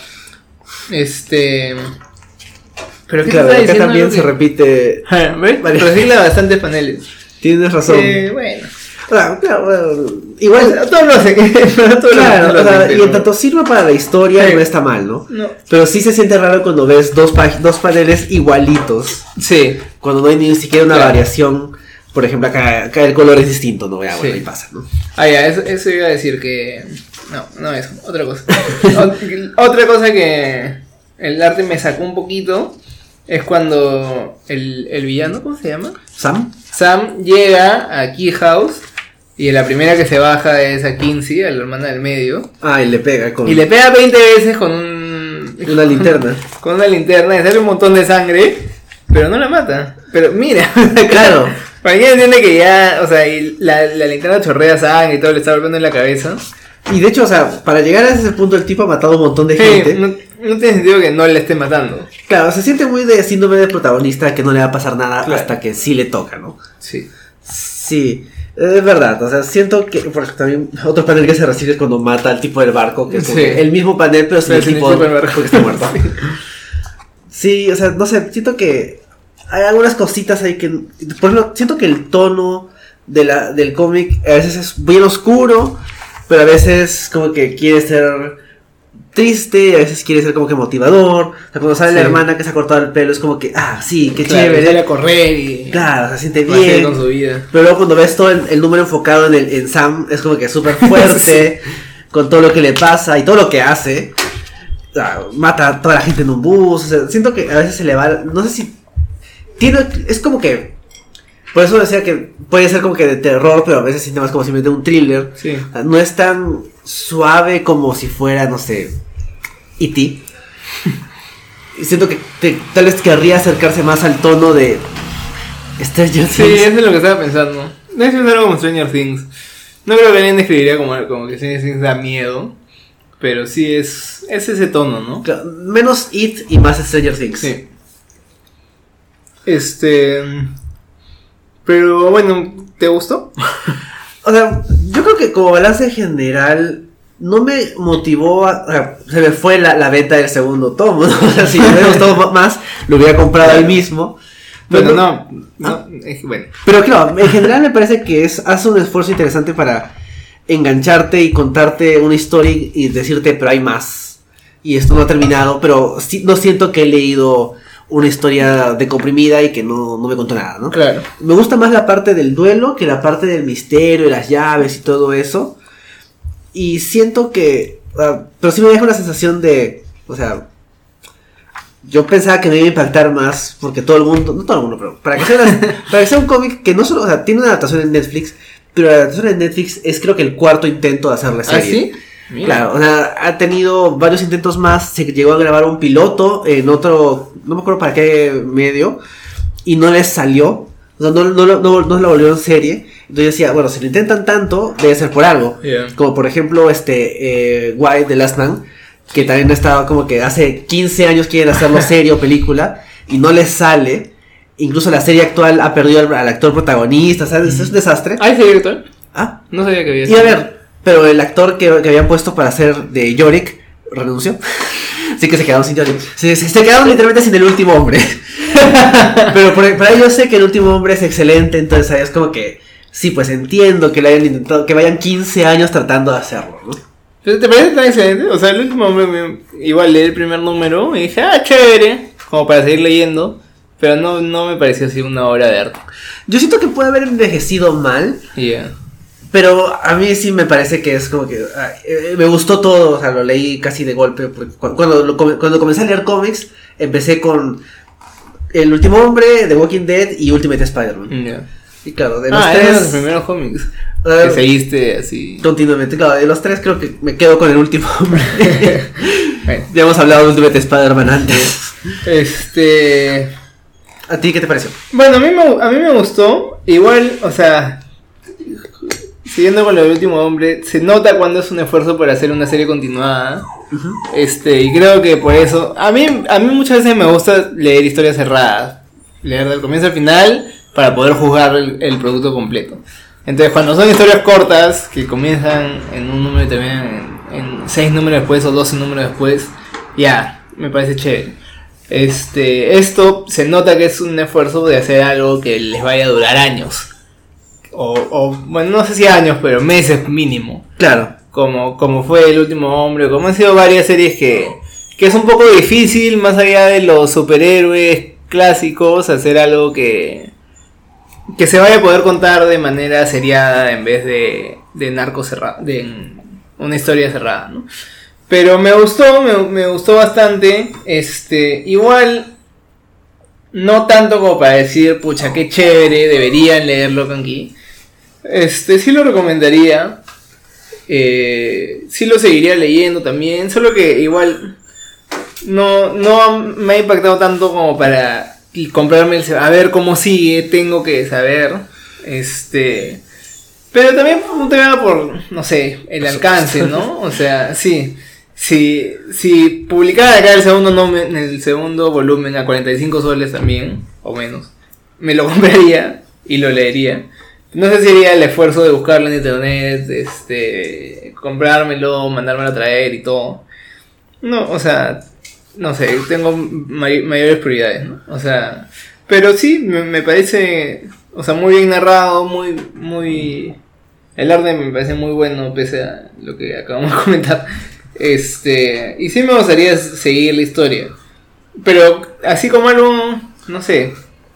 Speaker 2: Este...
Speaker 1: Pero ¿qué claro, acá también se repite.
Speaker 2: ¿Ves? Recicla bastantes paneles.
Speaker 1: Tienes razón.
Speaker 2: Eh, bueno.
Speaker 1: Claro, claro, bueno, igual.
Speaker 2: O sea, todo lo hace. Todo
Speaker 1: claro,
Speaker 2: lo
Speaker 1: o sea,
Speaker 2: hace,
Speaker 1: y en tanto sirva para la historia, sí. No está mal, ¿no?
Speaker 2: No.
Speaker 1: Pero sí se siente raro cuando ves dos, dos paneles igualitos.
Speaker 2: Sí.
Speaker 1: Cuando no hay ni siquiera una claro. variación. Por ejemplo, acá, acá el color es distinto, ¿no? Ya, bueno, sí. Ahí pasa, ¿no?
Speaker 2: Ah, ya, eso, eso iba a decir que. No, no eso, otra cosa. Otra cosa que el arte me sacó un poquito es cuando el, el villano, ¿cómo se llama?
Speaker 1: ¿Sam?
Speaker 2: Sam llega a Key House y la primera que se baja es a Kinsey, a la hermana del medio.
Speaker 1: Ah, y le pega con...
Speaker 2: Y le pega veinte veces con un...
Speaker 1: Una linterna.
Speaker 2: Con una linterna y sale un montón de sangre, pero no la mata. Pero mira,
Speaker 1: claro.
Speaker 2: Para quien entiende que ya, o sea, y la, la linterna chorrea sangre y todo, le está golpeando en la cabeza.
Speaker 1: Y de hecho, o sea, para llegar a ese punto el tipo ha matado un montón de
Speaker 2: Sí,
Speaker 1: gente.
Speaker 2: no, no tiene sentido que no le esté matando.
Speaker 1: Claro, se siente muy de síndrome de protagonista que no le va a pasar nada
Speaker 2: Claro.
Speaker 1: hasta que sí le toca, ¿no?
Speaker 2: Sí.
Speaker 1: Sí, es verdad, o sea, siento que, por ejemplo, también otro panel que se recibe es cuando mata al tipo del barco, que es como
Speaker 2: Sí.
Speaker 1: que el mismo panel, pero sin
Speaker 2: Pero
Speaker 1: el
Speaker 2: sin
Speaker 1: tipo,
Speaker 2: el tipo del barco.
Speaker 1: porque está muerto. Sí, o sea, no sé, siento que hay algunas cositas ahí que, por ejemplo, siento que el tono de la, del cómic a veces es bien oscuro, pero a veces como que quiere ser triste, a veces quiere ser como que motivador. O sea, cuando sale
Speaker 2: Sí.
Speaker 1: la hermana que se ha cortado el pelo es como que, ah, sí, qué
Speaker 2: Claro,
Speaker 1: chévere.
Speaker 2: sale a correr y...
Speaker 1: Claro, se siente
Speaker 2: va a seguir
Speaker 1: bien.
Speaker 2: con su vida.
Speaker 1: Pero luego cuando ves todo el, el número enfocado en, el, en Sam, es como que súper fuerte, con todo lo que le pasa y todo lo que hace. Ah, mata a toda la gente en un bus. O sea, siento que a veces se le va, no sé si... Tiene, es como que... Por eso decía que puede ser como que de terror, pero a veces siente más como si me de un thriller.
Speaker 2: Sí.
Speaker 1: O sea, no es tan suave como si fuera, no sé, E T Y siento que te, tal vez querría acercarse más al tono de Stranger
Speaker 2: Sí,
Speaker 1: Things.
Speaker 2: eso es lo que estaba pensando. Debe ser algo como Stranger Things. No creo que alguien describiría como, como que Stranger Things da miedo. Pero sí es, es ese tono, ¿no?
Speaker 1: Claro, menos It y más Stranger Things.
Speaker 2: Sí. Este... Pero bueno, ¿te gustó?
Speaker 1: O sea, yo creo que como balance general no me motivó a, o sea, se me fue la, la venta del segundo tomo, ¿no? O sea, si me hubiera gustado más, lo hubiera comprado ahí mismo.
Speaker 2: Bueno,
Speaker 1: Pero-
Speaker 2: no, no, es- bueno.
Speaker 1: Pero claro, en general me parece que es hace un esfuerzo interesante para engancharte y contarte una historia y, y decirte, pero hay más. Y esto no ha terminado, pero sí, no siento que he leído una historia decomprimida y que no, no me contó nada, ¿no?
Speaker 2: Claro.
Speaker 1: Me gusta más la parte del duelo que la parte del misterio, y las llaves y todo eso. Y siento que... Uh, pero sí me deja una sensación de... O sea... Yo pensaba que me iba a impactar más porque todo el mundo... No todo el mundo, pero... Para que sea, una, para que sea un cómic que no solo... O sea, tiene una adaptación en Netflix, pero la adaptación en Netflix es creo que el cuarto intento de hacer la serie.
Speaker 2: ¿Ah, sí? Mira.
Speaker 1: Claro, o sea, ha tenido varios intentos más. Se llegó a grabar un piloto en otro, no me acuerdo para qué medio, y no les salió. O sea, no, no, no, no, no la volvieron serie. Entonces yo decía, bueno, si lo intentan tanto, debe ser por algo.
Speaker 2: Yeah.
Speaker 1: Como por ejemplo, este, eh, White, The Last Man, que también estaba como que hace quince años quieren hacerlo serie o película, y no les sale. Incluso la serie actual ha perdido al, al actor protagonista, ¿sabes? Es un desastre.
Speaker 2: ¿Ah, es director?
Speaker 1: Ah,
Speaker 2: No sabía que había
Speaker 1: y a ver, pero el actor que, que habían puesto para hacer de Yorick renunció. Así que se quedaron sin Yorick. Se, se, se quedaron literalmente sin el último hombre. Pero por, para ello sé que el último hombre es excelente. Entonces ahí es como que sí, pues entiendo que lo hayan intentado, que vayan quince años tratando de hacerlo, ¿no?
Speaker 2: ¿Pero te parece tan excelente? O sea, el último hombre me, igual leí el primer número y dije, ah, chévere, como para seguir leyendo. Pero no, no me pareció así una obra de arte.
Speaker 1: Yo siento que puede haber envejecido mal.
Speaker 2: Y ya.
Speaker 1: Pero a mí sí me parece que es como que ah, eh, me gustó todo, o sea, lo leí casi de golpe. Porque cu- cuando, lo come- cuando comencé a leer cómics, empecé con El Último Hombre, The Walking Dead y Ultimate Spider-Man.
Speaker 2: Ya.
Speaker 1: Y claro, de los
Speaker 2: Ah, eran los
Speaker 1: tres,
Speaker 2: primeros cómics
Speaker 1: eh,
Speaker 2: que seguiste así.
Speaker 1: continuamente, claro, de los tres creo que me quedo con El Último Hombre.
Speaker 2: Bueno,
Speaker 1: Ya hemos hablado de Ultimate Spider-Man antes.
Speaker 2: este...
Speaker 1: ¿A ti qué te pareció?
Speaker 2: Bueno, a mí, me, a mí me gustó. Igual, o sea, siguiendo con lo del último hombre, se nota cuando es un esfuerzo por hacer una serie continuada.
Speaker 1: Uh-huh.
Speaker 2: Este, y creo que por eso, a mí, a mí muchas veces me gusta leer historias cerradas, leer del comienzo al final para poder juzgar el, el producto completo. Entonces, cuando son historias cortas que comienzan en un número y terminan en, en seis números después o doce números después, ya, me parece chévere. Este, esto se nota que es un esfuerzo de hacer algo que les vaya a durar años. O, o bueno, no sé si años, pero meses mínimo.
Speaker 1: Claro.
Speaker 2: Como, como fue El Último Hombre, como han sido varias series que, que es un poco difícil, más allá de los superhéroes clásicos, hacer algo que, que se vaya a poder contar de manera seriada en vez de, de narco cerrado, de, una historia cerrada, ¿no? Pero me gustó, me, me gustó bastante. Este, igual, no tanto como para decir, pucha, qué chévere, deberían leer Lock and Key. Este, sí lo recomendaría. Eh, sí lo seguiría leyendo también. Solo que igual no, no me ha impactado tanto como para comprarme el... A ver cómo sigue, tengo que saber. Este... Pero también un tema por, no sé, el alcance, ¿no? O sea, sí. Si, si publicara acá el segundo nombre, en el segundo volumen a cuarenta y cinco soles también, o menos, me lo compraría y lo leería. No sé si haría el esfuerzo de buscarlo en internet, este, comprármelo, mandármelo a traer y todo. No, o sea, no sé, tengo may- mayores prioridades, ¿no? O sea, pero sí, me, me parece, o sea, muy bien narrado, muy, muy... El arte me parece muy bueno, pese a lo que acabamos de comentar. Este, y sí me gustaría seguir la historia. Pero así como algo, no sé,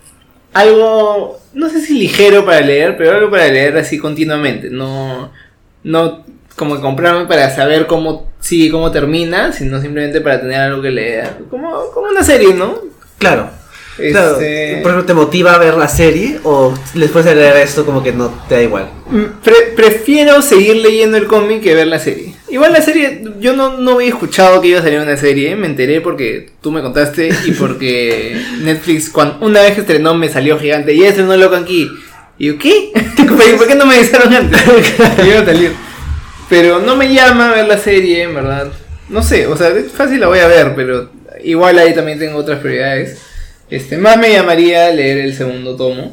Speaker 2: algo, no sé si ligero para leer, pero algo para leer así continuamente. No, no como que comprarme para saber cómo sigue, cómo termina, sino simplemente para tener algo que leer. Como, como una serie, ¿no?
Speaker 1: Claro.
Speaker 2: Este...
Speaker 1: Claro, por ejemplo, ¿te motiva a ver la serie o después de leer esto como que no te da igual?
Speaker 2: Pre- prefiero seguir leyendo el cómic que ver la serie. Igual la serie, yo no, no había escuchado que iba a salir una serie, me enteré porque tú me contaste y porque Netflix, cuando, una vez que estrenó me salió gigante, y estrenó Lock and Key. Y yo, ¿qué? ¿Por qué no me avisaron antes? Que iba a salir. Pero no me llama a ver la serie, en verdad. No sé, o sea, es fácil la voy a ver, pero igual ahí también tengo otras prioridades. Este, más me llamaría leer el segundo tomo.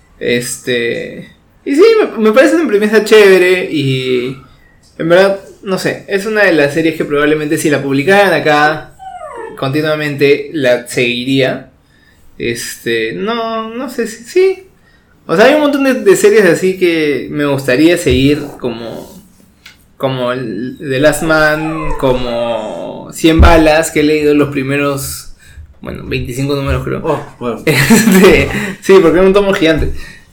Speaker 2: Este... Y sí, me, me parece una premisa chévere y... En verdad, no sé, es una de las series que probablemente si la publicaran acá continuamente la seguiría. Este... No, no sé si... Sí. O sea, hay un montón de, de series así que me gustaría seguir como... Como The Last Man, como cien balas, que he leído los primeros... Bueno, veinticinco números creo.
Speaker 1: Oh, bueno.
Speaker 2: Este, sí, porque es un tomo gigante.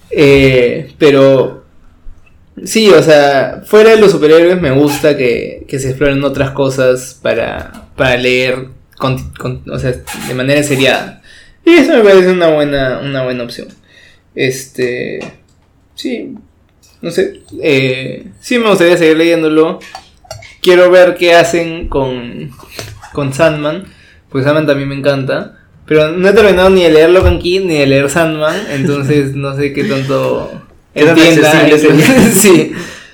Speaker 2: Eh, pero sí, o sea, fuera de los superhéroes me gusta que, que se exploren otras cosas para, para leer con, con, o sea, de manera seriada. Y eso me parece una buena, una buena opción. Este, sí, no sé. Eh, sí me gustaría seguir leyéndolo. Quiero ver qué hacen con, con Sandman. Pues Sandman también me encanta. Pero no he terminado ni de leer Lock and Key ni de leer Sandman. Entonces no sé qué tanto entienda. Sí.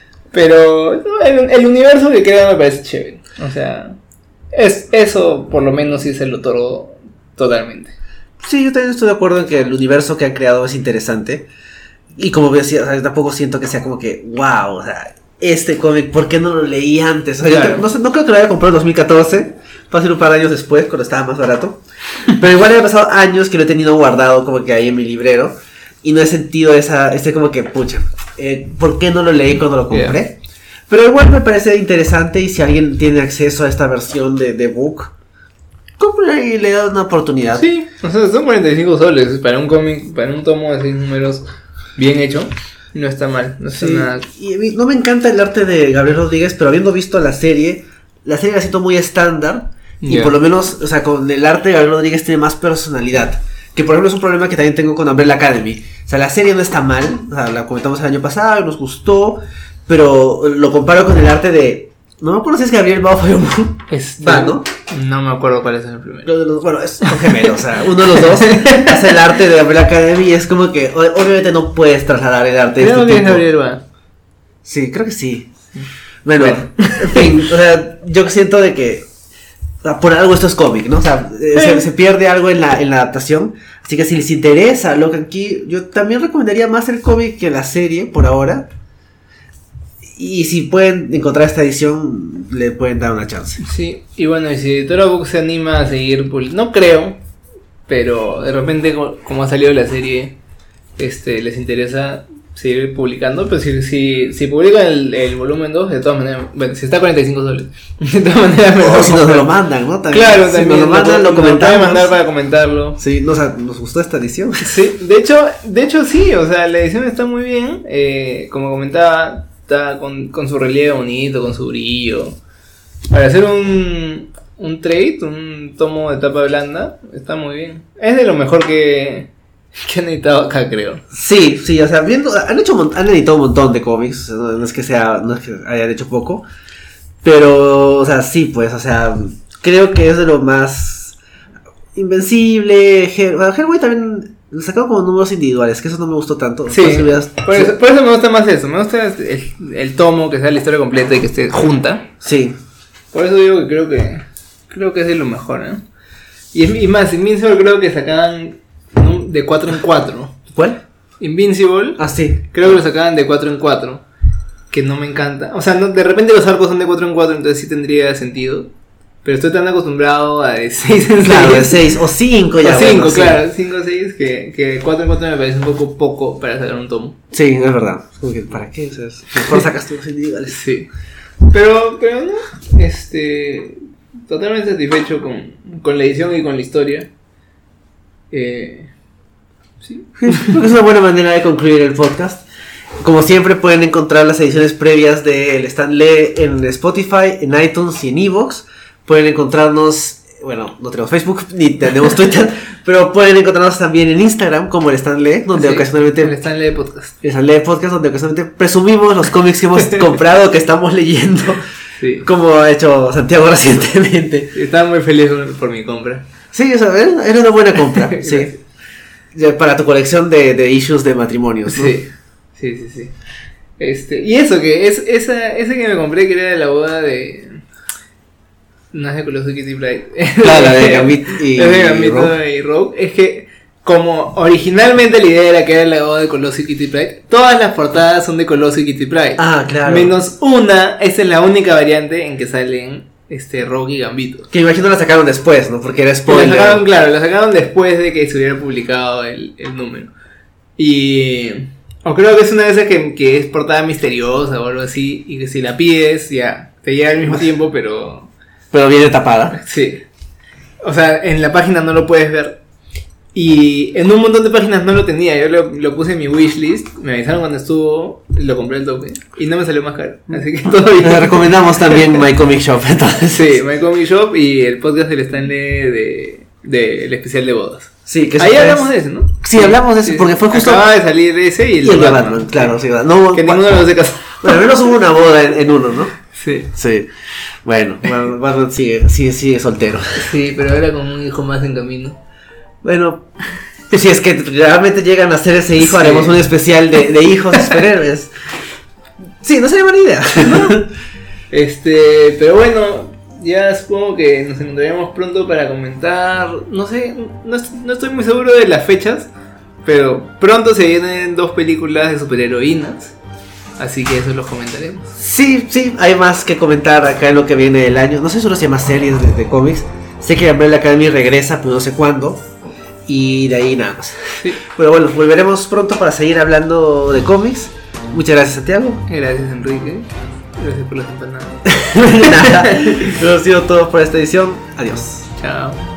Speaker 2: Pero no, el, el universo que crea me parece chévere. O sea, es, eso por lo menos sí se lo otorgo totalmente.
Speaker 1: Sí, yo también estoy de acuerdo en que el universo que han creado es interesante. Y como decía, o sea, tampoco siento que sea como que, wow, o sea, este cómic, ¿por qué no lo leí antes? O sea, claro. yo, no, sé, no creo que lo haya comprado en dos mil catorce. Fácil un par de años después, cuando estaba más barato. Pero igual he pasado años que lo he tenido guardado como que ahí en mi librero. Y no he sentido esa, este como que, pucha, eh, ¿por qué no lo leí cuando lo compré? Yeah. Pero igual me parece interesante y si alguien tiene acceso a esta versión de, de book, compre y le da una oportunidad.
Speaker 2: Sí, o sea, son cuarenta y cinco soles para un cómic, para un tomo de seis números bien hecho. No está mal, no está sí, nada.
Speaker 1: Y no me encanta el arte de Gabriel Rodríguez, pero habiendo visto la serie, la serie la siento muy estándar. Y yeah. por lo menos, o sea, con el arte de Gabriel Rodríguez tiene más personalidad. Que por ejemplo es un problema que también tengo con Umbrella Academy. O sea, la serie no está mal, o sea, la comentamos el año pasado y nos gustó. Pero lo comparo con el arte de... No me acuerdo si es Gabriel Bao o
Speaker 2: este,
Speaker 1: Va, ¿no?
Speaker 2: No me acuerdo cuál es el primero.
Speaker 1: De los, bueno, es un gemelo, o sea, uno de los dos hace el arte de Umbrella Academy y es como que obviamente no puedes trasladar el arte
Speaker 2: creo
Speaker 1: de este
Speaker 2: que
Speaker 1: tipo.
Speaker 2: Es Gabriel Bao.
Speaker 1: Sí, creo que sí. Bueno, bueno, en fin, o sea, yo siento de que o sea, por algo esto es cómic, ¿no? O sea, sí. se, se pierde algo en la, en la adaptación. Así que si les interesa Lock and Key, yo también recomendaría más el cómic que la serie por ahora. Y si pueden encontrar esta edición, le pueden dar una chance.
Speaker 2: Sí, y bueno, y si Editora Book se anima a seguir publicando, no creo, pero de repente como ha salido la serie, este les interesa seguir publicando, pero si, si, si publican el, el volumen dos, de todas maneras, bueno, si está a cuarenta y cinco soles, de todas maneras me
Speaker 1: o si nos lo mandan, ¿no?
Speaker 2: También, claro,
Speaker 1: si
Speaker 2: también
Speaker 1: nos lo mandan, lo, lo comentamos.
Speaker 2: Lo mandar para comentarlo.
Speaker 1: Sí, nos, nos gustó esta edición.
Speaker 2: Sí, de hecho, de hecho sí, o sea, la edición está muy bien, eh, como comentaba, está con, con su relieve bonito, con su brillo. Para hacer un, un trade, un tomo de tapa blanda, está muy bien. Es de lo mejor que, que han editado acá, creo.
Speaker 1: Sí, sí, o sea, viendo, han hecho, han editado un montón de cómics, no, no es que sea, no es que hayan hecho poco, pero, o sea, sí, pues, o sea, creo que es de lo más invencible. Her- bueno, Hellboy también sacaron como números individuales, que eso no me gustó tanto.
Speaker 2: Sí,
Speaker 1: hubieras,
Speaker 2: por, eso, por eso me gusta más eso, me gusta el, el tomo, que sea la historia completa y que esté junta.
Speaker 1: Sí.
Speaker 2: Por eso digo que creo que creo que es de lo mejor, ¿eh? Y, y más, Invincible creo que sacaban de cuatro en cuatro.
Speaker 1: ¿Cuál?
Speaker 2: Invincible.
Speaker 1: Ah, sí.
Speaker 2: Creo que lo sacaban de cuatro en cuatro. Que no me encanta. O sea, no, de repente los arcos son de cuatro en cuatro, entonces sí tendría sentido. Pero estoy tan acostumbrado a de seis en seis.
Speaker 1: Claro, de seis o cinco ya.
Speaker 2: O cinco,
Speaker 1: bueno,
Speaker 2: claro, cinco o seis, que, que cuatro en cuatro me parece un poco poco para sacar un tomo.
Speaker 1: Sí, es verdad. Como que, ¿para qué? O sea, mejor sacas tus individuales.
Speaker 2: Sí. Pero, pero no, este, totalmente satisfecho con, con la edición y con la historia. Eh, sí.
Speaker 1: Es una buena manera de concluir el podcast. Como siempre pueden encontrar las ediciones previas del Stan Lee en Spotify, en iTunes y en Evox. Pueden encontrarnos, bueno, no tenemos Facebook ni tenemos Twitter, pero pueden encontrarnos también en Instagram como el Stan Lee, donde
Speaker 2: Sí,
Speaker 1: ocasionalmente
Speaker 2: el Stan Lee Podcast.
Speaker 1: el Stan Lee Podcast, donde ocasionalmente presumimos los cómics que hemos comprado, que estamos leyendo,
Speaker 2: Sí.
Speaker 1: como ha hecho Santiago recientemente.
Speaker 2: Estaba muy feliz por mi compra.
Speaker 1: Sí, o sea, era era una buena compra,
Speaker 2: Gracias.
Speaker 1: sí. Ya, para tu colección de, de issues de matrimonios, ¿no?
Speaker 2: Sí, sí, sí, sí. Este, y eso que es esa, ese que me compré que era de la boda de. No es de Colossus Kitty Pryde.
Speaker 1: Claro, la de Gambit y,
Speaker 2: Es de Gambito
Speaker 1: y Rogue.
Speaker 2: y Rogue. Es que, como originalmente la idea era que era la boda de Colossus y Kitty Pryde, todas las portadas son de Colossus y Kitty Pryde.
Speaker 1: Ah, claro.
Speaker 2: Menos una, esa es la única variante en que salen este Rogue y Gambito.
Speaker 1: Que imagino la sacaron después, ¿no? Porque era
Speaker 2: La
Speaker 1: spoiler.
Speaker 2: sacaron, claro, la sacaron después de que se hubiera publicado el, el número. Y. O creo que es una de esas que, que es portada misteriosa o algo así. Y que si la pides, ya. Te llega al mismo tiempo, pero.
Speaker 1: Pero viene tapada.
Speaker 2: Sí. O sea, en la página no lo puedes ver. Y en un montón de páginas no lo tenía. Yo lo, lo puse en mi wishlist. Me avisaron cuando estuvo. Lo compré el toque. Y no me salió más caro. Así que todo bien.
Speaker 1: Les recomendamos también My Comic Shop, entonces.
Speaker 2: Sí, My Comic Shop y el podcast del Stanley de, de el especial de bodas.
Speaker 1: Sí, que
Speaker 2: Ahí
Speaker 1: eso
Speaker 2: hablamos
Speaker 1: es-
Speaker 2: de ese, ¿no?
Speaker 1: Sí, hablamos de eso,
Speaker 2: Sí,
Speaker 1: porque fue justo.
Speaker 2: Acaba de salir ese y el,
Speaker 1: Y el
Speaker 2: de
Speaker 1: de
Speaker 2: Batman.
Speaker 1: Batman, claro, sí. No,
Speaker 2: Que ninguno de los de casa.
Speaker 1: Bueno, al menos hubo una boda en, en uno, ¿no?
Speaker 2: Sí.
Speaker 1: Sí. Bueno, Batman Batman sigue, sigue, sigue soltero.
Speaker 2: Sí, pero ahora con un hijo más en camino.
Speaker 1: Bueno, si es que realmente llegan a ser ese hijo,
Speaker 2: Sí.
Speaker 1: haremos un especial de, de hijos de superhéroes. Sí, no sería mala idea.
Speaker 2: Este, pero bueno, ya supongo que nos encontraremos pronto para comentar. No sé, no, est- no estoy muy seguro de las fechas, pero pronto se vienen dos películas de superheroínas. Así que eso los comentaremos.
Speaker 1: Sí, sí, hay más que comentar acá en lo que viene del año. No sé solo si hay más series de, de cómics. Sé que Umbrella Academy regresa, pero no sé cuándo. Y de ahí nada más.
Speaker 2: Sí.
Speaker 1: Pero bueno, volveremos pronto para seguir hablando de cómics. Muchas gracias, Santiago.
Speaker 2: Gracias, Enrique. Gracias por las empanadas.
Speaker 1: Nada, eso ha sido todo por esta edición. Adiós.
Speaker 2: Chao.